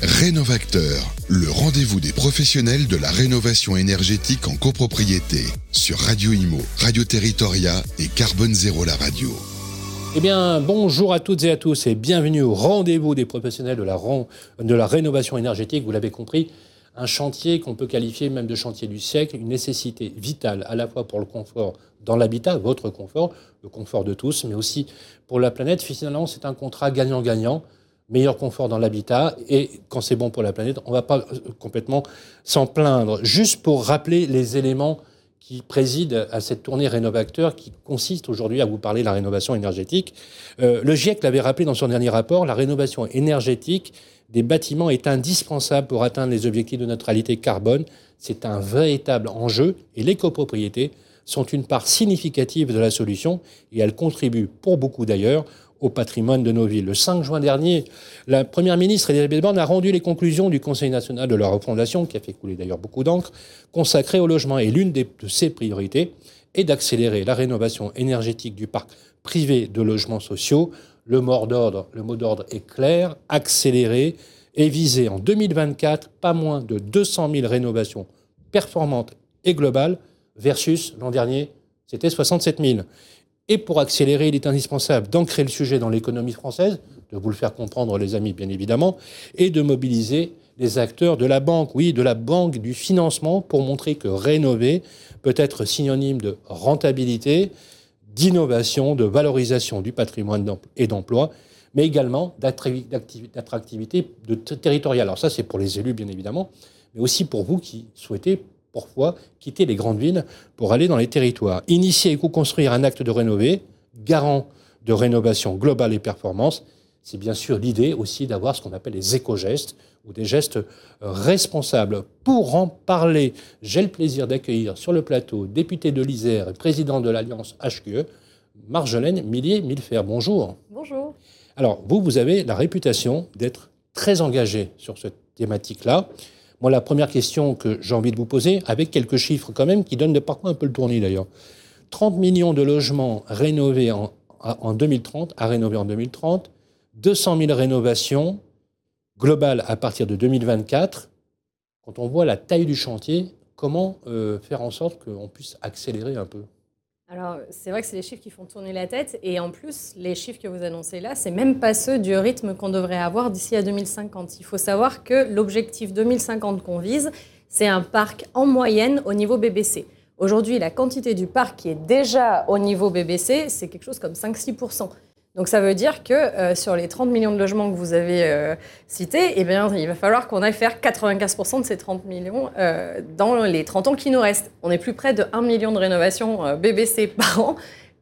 Rénovacteur, le rendez-vous des professionnels de la rénovation énergétique en copropriété sur Radio Imo, Radio Territoria et Carbone Zéro la radio. Eh bien, bonjour à toutes et à tous et bienvenue au rendez-vous des professionnels de la rénovation énergétique. Vous l'avez compris, un chantier qu'on peut qualifier même de chantier du siècle, une nécessité vitale à la fois pour le confort dans l'habitat, votre confort, le confort de tous, mais aussi pour la planète. Finalement, c'est un contrat gagnant-gagnant. Meilleur confort dans l'habitat et quand c'est bon pour la planète, on ne va pas complètement s'en plaindre. Juste pour rappeler les éléments qui président à cette tournée Rénovacteur qui consiste aujourd'hui à vous parler de la rénovation énergétique. Le GIEC l'avait rappelé dans son dernier rapport, la rénovation énergétique des bâtiments est indispensable pour atteindre les objectifs de neutralité carbone. C'est un véritable enjeu et les copropriétés sont une part significative de la solution et elles contribuent, pour beaucoup d'ailleurs, au patrimoine de nos villes. Le 5 juin dernier, la Première ministre Elisabeth Borne a rendu les conclusions du Conseil national de la refondation, qui a fait couler d'ailleurs beaucoup d'encre, consacrée au logement. Et l'une de ses priorités est d'accélérer la rénovation énergétique du parc privé de logements sociaux. Le mot d'ordre est clair, accélérer et viser en 2024 pas moins de 200 000 rénovations performantes et globales versus l'an dernier, c'était 67 000. Et pour accélérer, il est indispensable d'ancrer le sujet dans l'économie française, de vous le faire comprendre les amis bien évidemment, et de mobiliser les acteurs de la banque, oui, de la banque du financement pour montrer que rénover peut être synonyme de rentabilité, d'innovation, de valorisation du patrimoine et d'emploi, mais également d'attractivité territoriale. Alors ça c'est pour les élus bien évidemment, mais aussi pour vous qui souhaitez parfois quitter les grandes villes pour aller dans les territoires. Initier et co-construire un acte de rénover, garant de rénovation globale et performance, c'est bien sûr l'idée aussi d'avoir ce qu'on appelle les éco-gestes ou des gestes responsables. Pour en parler, j'ai le plaisir d'accueillir sur le plateau, député de l'Isère et président de l'Alliance HQE, Marjolaine Millier-Millefert. Bonjour. Bonjour. Alors, vous avez la réputation d'être très engagé sur cette thématique-là. Moi, la première question que j'ai envie de vous poser, avec quelques chiffres quand même, qui donnent de parfois un peu le tournis d'ailleurs. 30 millions de logements rénovés en 2030, à rénover en 2030, 200 000 rénovations globales à partir de 2024. Quand on voit la taille du chantier, comment faire en sorte qu'on puisse accélérer un peu ? Alors, c'est vrai que c'est les chiffres qui font tourner la tête. Et en plus, les chiffres que vous annoncez là, c'est même pas ceux du rythme qu'on devrait avoir d'ici à 2050. Il faut savoir que l'objectif 2050 qu'on vise, c'est un parc en moyenne au niveau BBC. Aujourd'hui, la quantité du parc qui est déjà au niveau BBC, c'est quelque chose comme 5-6%. Donc ça veut dire que sur les 30 millions de logements que vous avez cités, eh bien, il va falloir qu'on aille faire 95% de ces 30 millions dans les 30 ans qui nous restent. On est plus près de 1 million de rénovations BBC par an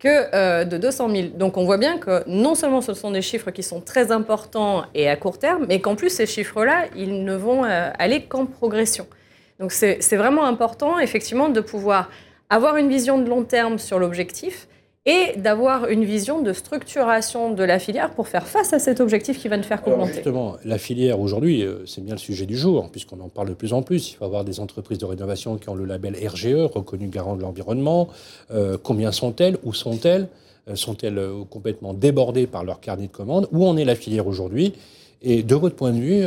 que de 200 000. Donc on voit bien que non seulement ce sont des chiffres qui sont très importants et à court terme, mais qu'en plus ces chiffres-là, ils ne vont aller qu'en progression. Donc c'est vraiment important effectivement de pouvoir avoir une vision de long terme sur l'objectif, et d'avoir une vision de structuration de la filière pour faire face à cet objectif qui va nous faire augmenter. Justement, la filière aujourd'hui, c'est bien le sujet du jour, puisqu'on en parle de plus en plus. Il faut avoir des entreprises de rénovation qui ont le label RGE, reconnu garant de l'environnement. Combien sont-elles ? Où sont-elles ? Sont-elles complètement débordées par leur carnet de commandes ? Où en est la filière aujourd'hui ? Et de votre point de vue,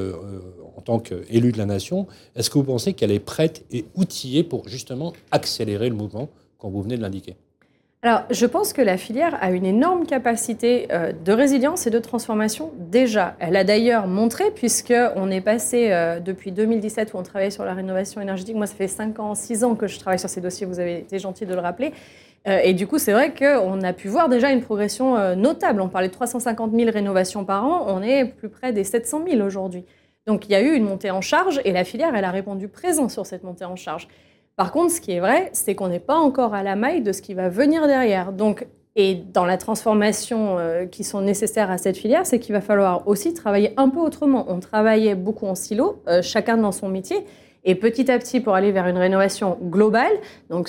en tant qu'élu de la nation, est-ce que vous pensez qu'elle est prête et outillée pour justement accélérer le mouvement, quand vous venez de l'indiquer ? Alors, je pense que la filière a une énorme capacité de résilience et de transformation déjà. Elle a d'ailleurs montré, puisqu'on est passé depuis 2017 où on travaillait sur la rénovation énergétique. Moi, ça fait 5 ans, 6 ans que je travaille sur ces dossiers, vous avez été gentil de le rappeler. Et du coup, c'est vrai qu'on a pu voir déjà une progression notable. On parlait de 350 000 rénovations par an, on est plus près des 700 000 aujourd'hui. Donc, il y a eu une montée en charge et la filière, elle a répondu présent sur cette montée en charge. Par contre, ce qui est vrai, c'est qu'on n'est pas encore à la maille de ce qui va venir derrière. Donc, et dans la transformation qui sont nécessaires à cette filière, c'est qu'il va falloir aussi travailler un peu autrement. On travaillait beaucoup en silo, chacun dans son métier, et petit à petit, pour aller vers une rénovation globale, donc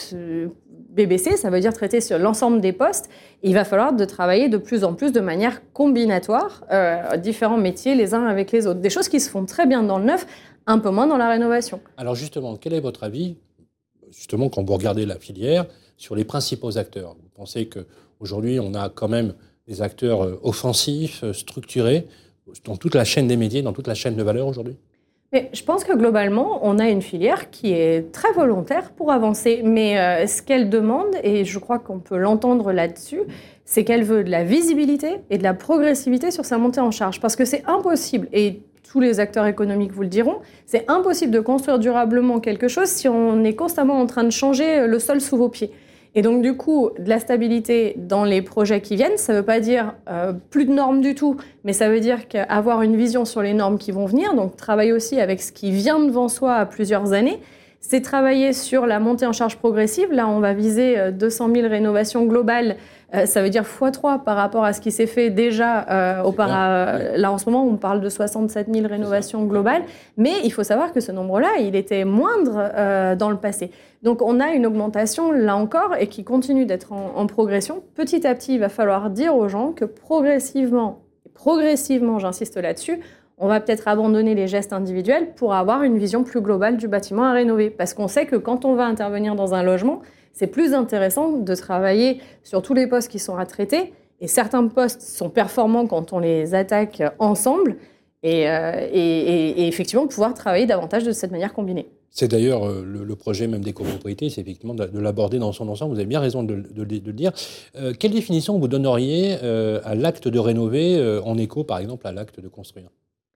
BBC, ça veut dire traiter sur l'ensemble des postes, il va falloir travailler de plus en plus de manière combinatoire, différents métiers les uns avec les autres. Des choses qui se font très bien dans le neuf, un peu moins dans la rénovation. Alors justement, quel est votre avis, justement, quand vous regardez la filière, sur les principaux acteurs ? Vous pensez qu'aujourd'hui, on a quand même des acteurs offensifs, structurés. dans toute la chaîne des métiers, dans toute la chaîne de valeur aujourd'hui? Mais je pense que globalement, on a une filière qui est très volontaire pour avancer. Mais ce qu'elle demande, et je crois qu'on peut l'entendre là-dessus, c'est qu'elle veut de la visibilité et de la progressivité sur sa montée en charge. Parce que c'est impossible, et tous les acteurs économiques vous le diront, c'est impossible de construire durablement quelque chose si on est constamment en train de changer le sol sous vos pieds. Et donc, du coup, de la stabilité dans les projets qui viennent, ça ne veut pas dire plus de normes du tout, mais ça veut dire qu'avoir une vision sur les normes qui vont venir, donc travailler aussi avec ce qui vient devant soi à plusieurs années, c'est travailler sur la montée en charge progressive. Là, on va viser 200 000 rénovations globales. Ça veut dire x3 par rapport à ce qui s'est fait déjà là, en ce moment, on parle de 67 000 rénovations globales. Mais il faut savoir que ce nombre-là, il était moindre dans le passé. Donc, on a une augmentation, là encore, et qui continue d'être en progression. Petit à petit, il va falloir dire aux gens que progressivement, j'insiste là-dessus, on va peut-être abandonner les gestes individuels pour avoir une vision plus globale du bâtiment à rénover. Parce qu'on sait que quand on va intervenir dans un logement, c'est plus intéressant de travailler sur tous les postes qui sont à traiter. Et certains postes sont performants quand on les attaque ensemble. Et effectivement, pouvoir travailler davantage de cette manière combinée. C'est d'ailleurs le projet même des copropriétés, c'est effectivement de l'aborder dans son ensemble. Vous avez bien raison de le dire. Quelle définition vous donneriez à l'acte de rénover en écho, par exemple, à l'acte de construire ?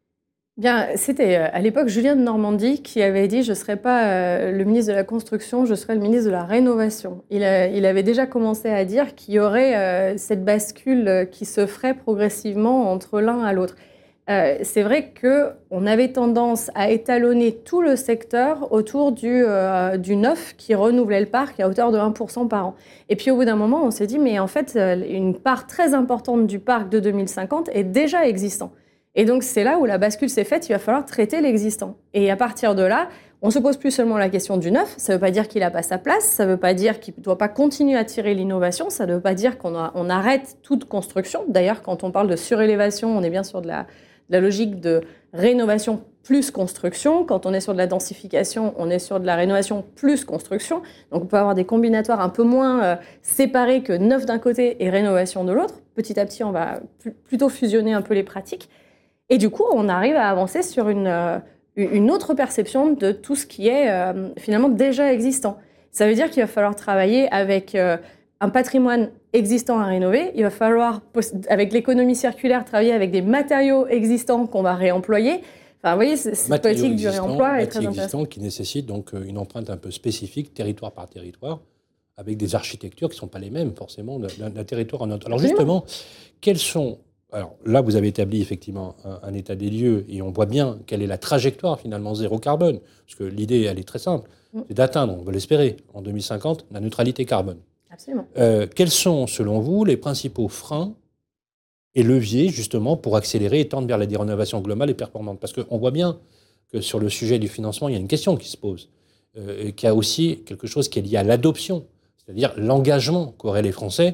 Bien, c'était à l'époque Julien de Normandie qui avait dit « Je ne serai pas le ministre de la Construction, je serai le ministre de la Rénovation ». Il avait déjà commencé à dire qu'il y aurait cette bascule qui se ferait progressivement entre l'un à l'autre. C'est vrai qu'on avait tendance à étalonner tout le secteur autour du neuf qui renouvelait le parc à hauteur de 1% par an. Et puis au bout d'un moment, on s'est dit « Mais en fait, une part très importante du parc de 2050 est déjà existant ». Et donc, c'est là où la bascule s'est faite, il va falloir traiter l'existant. Et à partir de là, on ne se pose plus seulement la question du neuf, ça ne veut pas dire qu'il n'a pas sa place, ça ne veut pas dire qu'il ne doit pas continuer à tirer l'innovation, ça ne veut pas dire qu'on arrête toute construction. D'ailleurs, quand on parle de surélévation, on est bien sur de la logique de rénovation plus construction. Quand on est sur de la densification, on est sur de la rénovation plus construction. Donc, on peut avoir des combinatoires un peu moins séparés que neuf d'un côté et rénovation de l'autre. Petit à petit, on va plutôt fusionner un peu les pratiques. Et du coup, on arrive à avancer sur une autre perception de tout ce qui est finalement déjà existant. Ça veut dire qu'il va falloir travailler avec un patrimoine existant à rénover. Il va falloir, avec l'économie circulaire, travailler avec des matériaux existants qu'on va réemployer. Enfin, vous voyez, cette politique du réemploi est très intéressante. Qui nécessite donc une empreinte un peu spécifique, territoire par territoire, avec des architectures qui ne sont pas les mêmes, forcément, d'un territoire à un autre. Alors justement, quels sont... Alors là, vous avez établi effectivement un état des lieux et on voit bien quelle est la trajectoire finalement zéro carbone. Parce que l'idée, elle est très simple, c'est d'atteindre, on veut l'espérer, en 2050, la neutralité carbone. Absolument. Quels sont, selon vous, les principaux freins et leviers justement pour accélérer et tendre vers la rénovation globale et performante? Parce qu'on voit bien que sur le sujet du financement, il y a une question qui se pose, et qu'il y a aussi quelque chose qui est lié à l'adoption, c'est-à-dire l'engagement qu'auraient les Français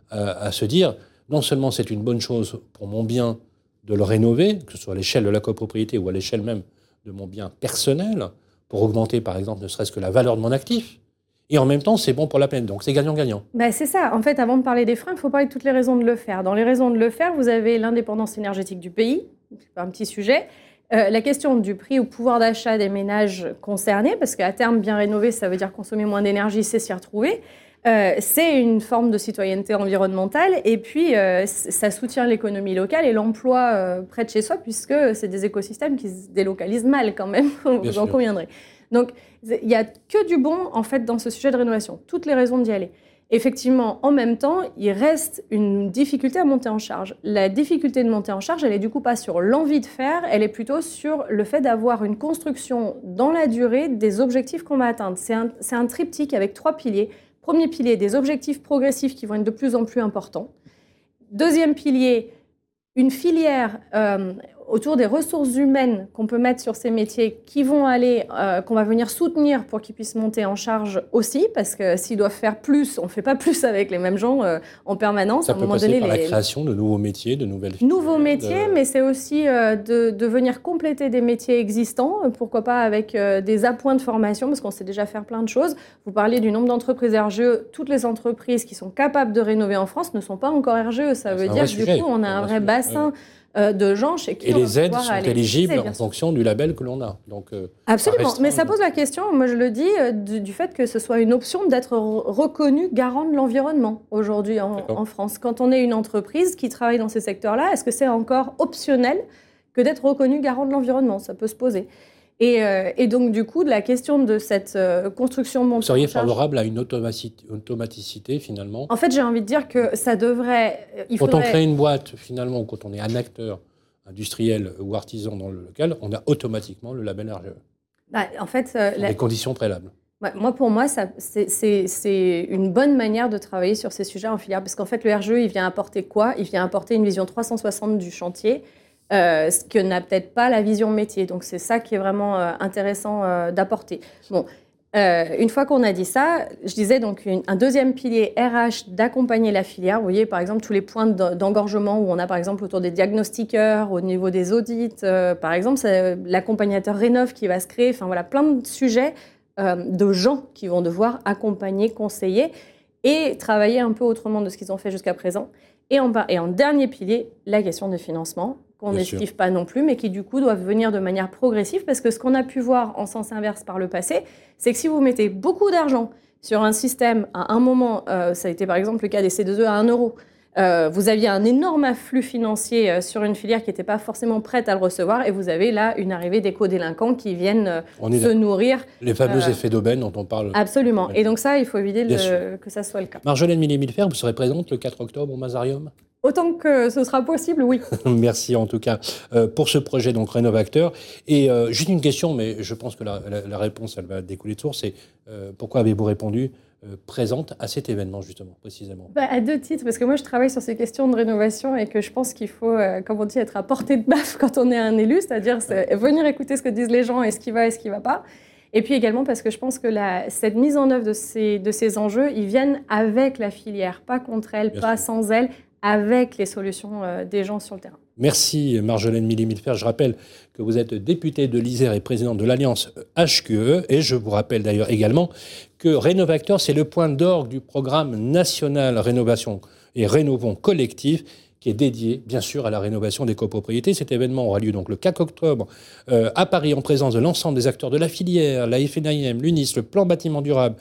à se dire... Non seulement c'est une bonne chose pour mon bien de le rénover, que ce soit à l'échelle de la copropriété ou à l'échelle même de mon bien personnel, pour augmenter par exemple ne serait-ce que la valeur de mon actif, et en même temps c'est bon pour la planète, donc c'est gagnant-gagnant. C'est ça, en fait avant de parler des freins, il faut parler de toutes les raisons de le faire. Dans les raisons de le faire, vous avez l'indépendance énergétique du pays, c'est un petit sujet, la question du prix ou pouvoir d'achat des ménages concernés, parce qu'à terme bien rénover ça veut dire consommer moins d'énergie, c'est s'y retrouver. C'est une forme de citoyenneté environnementale et puis ça soutient l'économie locale et l'emploi près de chez soi puisque c'est des écosystèmes qui se délocalisent mal quand même, vous en conviendrez. Donc il n'y a que du bon en fait dans ce sujet de rénovation, toutes les raisons d'y aller. Effectivement, en même temps, il reste une difficulté à monter en charge. La difficulté de monter en charge, elle est du coup pas sur l'envie de faire, elle est plutôt sur le fait d'avoir une construction dans la durée des objectifs qu'on va atteindre. C'est un triptyque avec 3 piliers. Premier pilier, des objectifs progressifs qui vont être de plus en plus importants. Deuxième pilier, une filière autour des ressources humaines qu'on peut mettre sur ces métiers qui vont aller, qu'on va venir soutenir pour qu'ils puissent monter en charge aussi, parce que s'ils doivent faire plus, on ne fait pas plus avec les mêmes gens en permanence. Ça peut passer par la création de nouveaux métiers, de nouvelles filières. Nouveaux métiers, mais c'est aussi de venir compléter des métiers existants, pourquoi pas avec des appoints de formation, parce qu'on sait déjà faire plein de choses. Vous parliez du nombre d'entreprises RGE. Toutes les entreprises qui sont capables de rénover en France ne sont pas encore RGE. Ça veut dire que du coup, on a un vrai bassin de gens chez qui et on les aides pouvoir sont aller éligibles utiliser, en fonction du label que l'on a. Donc, absolument, mais ça pose la question, moi je le dis, du fait que ce soit une option d'être reconnu garant de l'environnement aujourd'hui en France. Quand on est une entreprise qui travaille dans ces secteurs-là, est-ce que c'est encore optionnel que d'être reconnu garant de l'environnement? Ça peut se poser. Et donc, du coup, de la question de cette construction montée. Vous seriez favorable à une automaticité, finalement? En fait, j'ai envie de dire que ça devrait... On crée une boîte, finalement, ou quand on est un acteur industriel ou artisan dans le local, on a automatiquement le label RGE. En fait... les conditions préalables. Pour moi, c'est une bonne manière de travailler sur ces sujets en filière. Parce qu'en fait, le RGE, il vient apporter quoi? Il vient apporter une vision 360 du chantier, ce que n'a peut-être pas la vision métier. Donc, c'est ça qui est vraiment intéressant d'apporter. Bon, une fois qu'on a dit ça, je disais donc un deuxième pilier RH d'accompagner la filière. Vous voyez, par exemple, tous les points d'engorgement où on a, par exemple, autour des diagnostiqueurs, au niveau des audits, par exemple, c'est l'accompagnateur Rénov qui va se créer. Enfin, voilà, plein de sujets de gens qui vont devoir accompagner, conseiller et travailler un peu autrement de ce qu'ils ont fait jusqu'à présent. Et en dernier pilier, la question de financement, qu'on n'esquive pas non plus, mais qui du coup doivent venir de manière progressive, parce que ce qu'on a pu voir en sens inverse par le passé, c'est que si vous mettez beaucoup d'argent sur un système, à un moment, ça a été par exemple le cas des C2E à 1 euro, vous aviez un énorme afflux financier sur une filière qui n'était pas forcément prête à le recevoir, et vous avez là une arrivée d'éco-délinquants qui viennent se nourrir. Les fameux effets d'aubaine dont on parle. Absolument. Et donc ça, il faut éviter que ça soit le cas. Marjolaine Millet-Millefer, vous serez présente le 4 octobre au Mazarium? Autant que ce sera possible, oui. Merci en tout cas pour ce projet donc Rénovacteur. Et juste une question, mais je pense que la réponse, elle va découler de source, c'est pourquoi avez-vous répondu présente à cet événement, justement, précisément? À 2 titres, parce que moi, je travaille sur ces questions de rénovation et que je pense qu'il faut, comme on dit, être à portée de baffe quand on est un élu, c'est-à-dire venir écouter ce que disent les gens et ce qui va et ce qui ne va pas. Et puis également parce que je pense que cette mise en œuvre de ces enjeux, ils viennent avec la filière, pas contre elle, pas sans elle, avec les solutions des gens sur le terrain. Merci Marjolaine Millet-Millefer. Je rappelle que vous êtes députée de l'Isère et présidente de l'Alliance HQE. Et je vous rappelle d'ailleurs également que Rénovacteur, c'est le point d'orgue du programme national Rénovation et Rénovons Collectif, qui est dédié, bien sûr, à la rénovation des copropriétés. Cet événement aura lieu donc le 4 octobre à Paris, en présence de l'ensemble des acteurs de la filière, la FNIM, l'UNIS, le Plan Bâtiment Durable,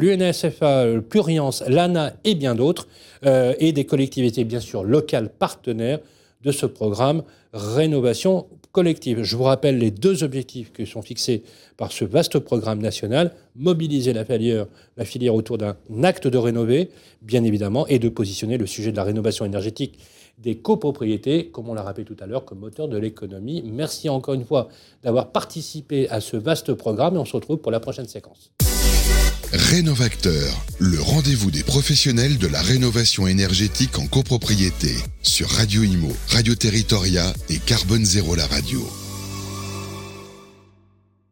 l'UNSFA, Pluriance, l'ANA et bien d'autres, et des collectivités, bien sûr, locales partenaires de ce programme Rénovation Collective. Je vous rappelle les 2 objectifs qui sont fixés par ce vaste programme national: mobiliser la filière autour d'un acte de rénover, bien évidemment, et de positionner le sujet de la rénovation énergétique des copropriétés, comme on l'a rappelé tout à l'heure, comme moteur de l'économie. Merci encore une fois d'avoir participé à ce vaste programme et on se retrouve pour la prochaine séquence. Rénovacteur, le rendez-vous des professionnels de la rénovation énergétique en copropriété sur Radio Imo, Radio Territoria et Carbone Zéro la radio.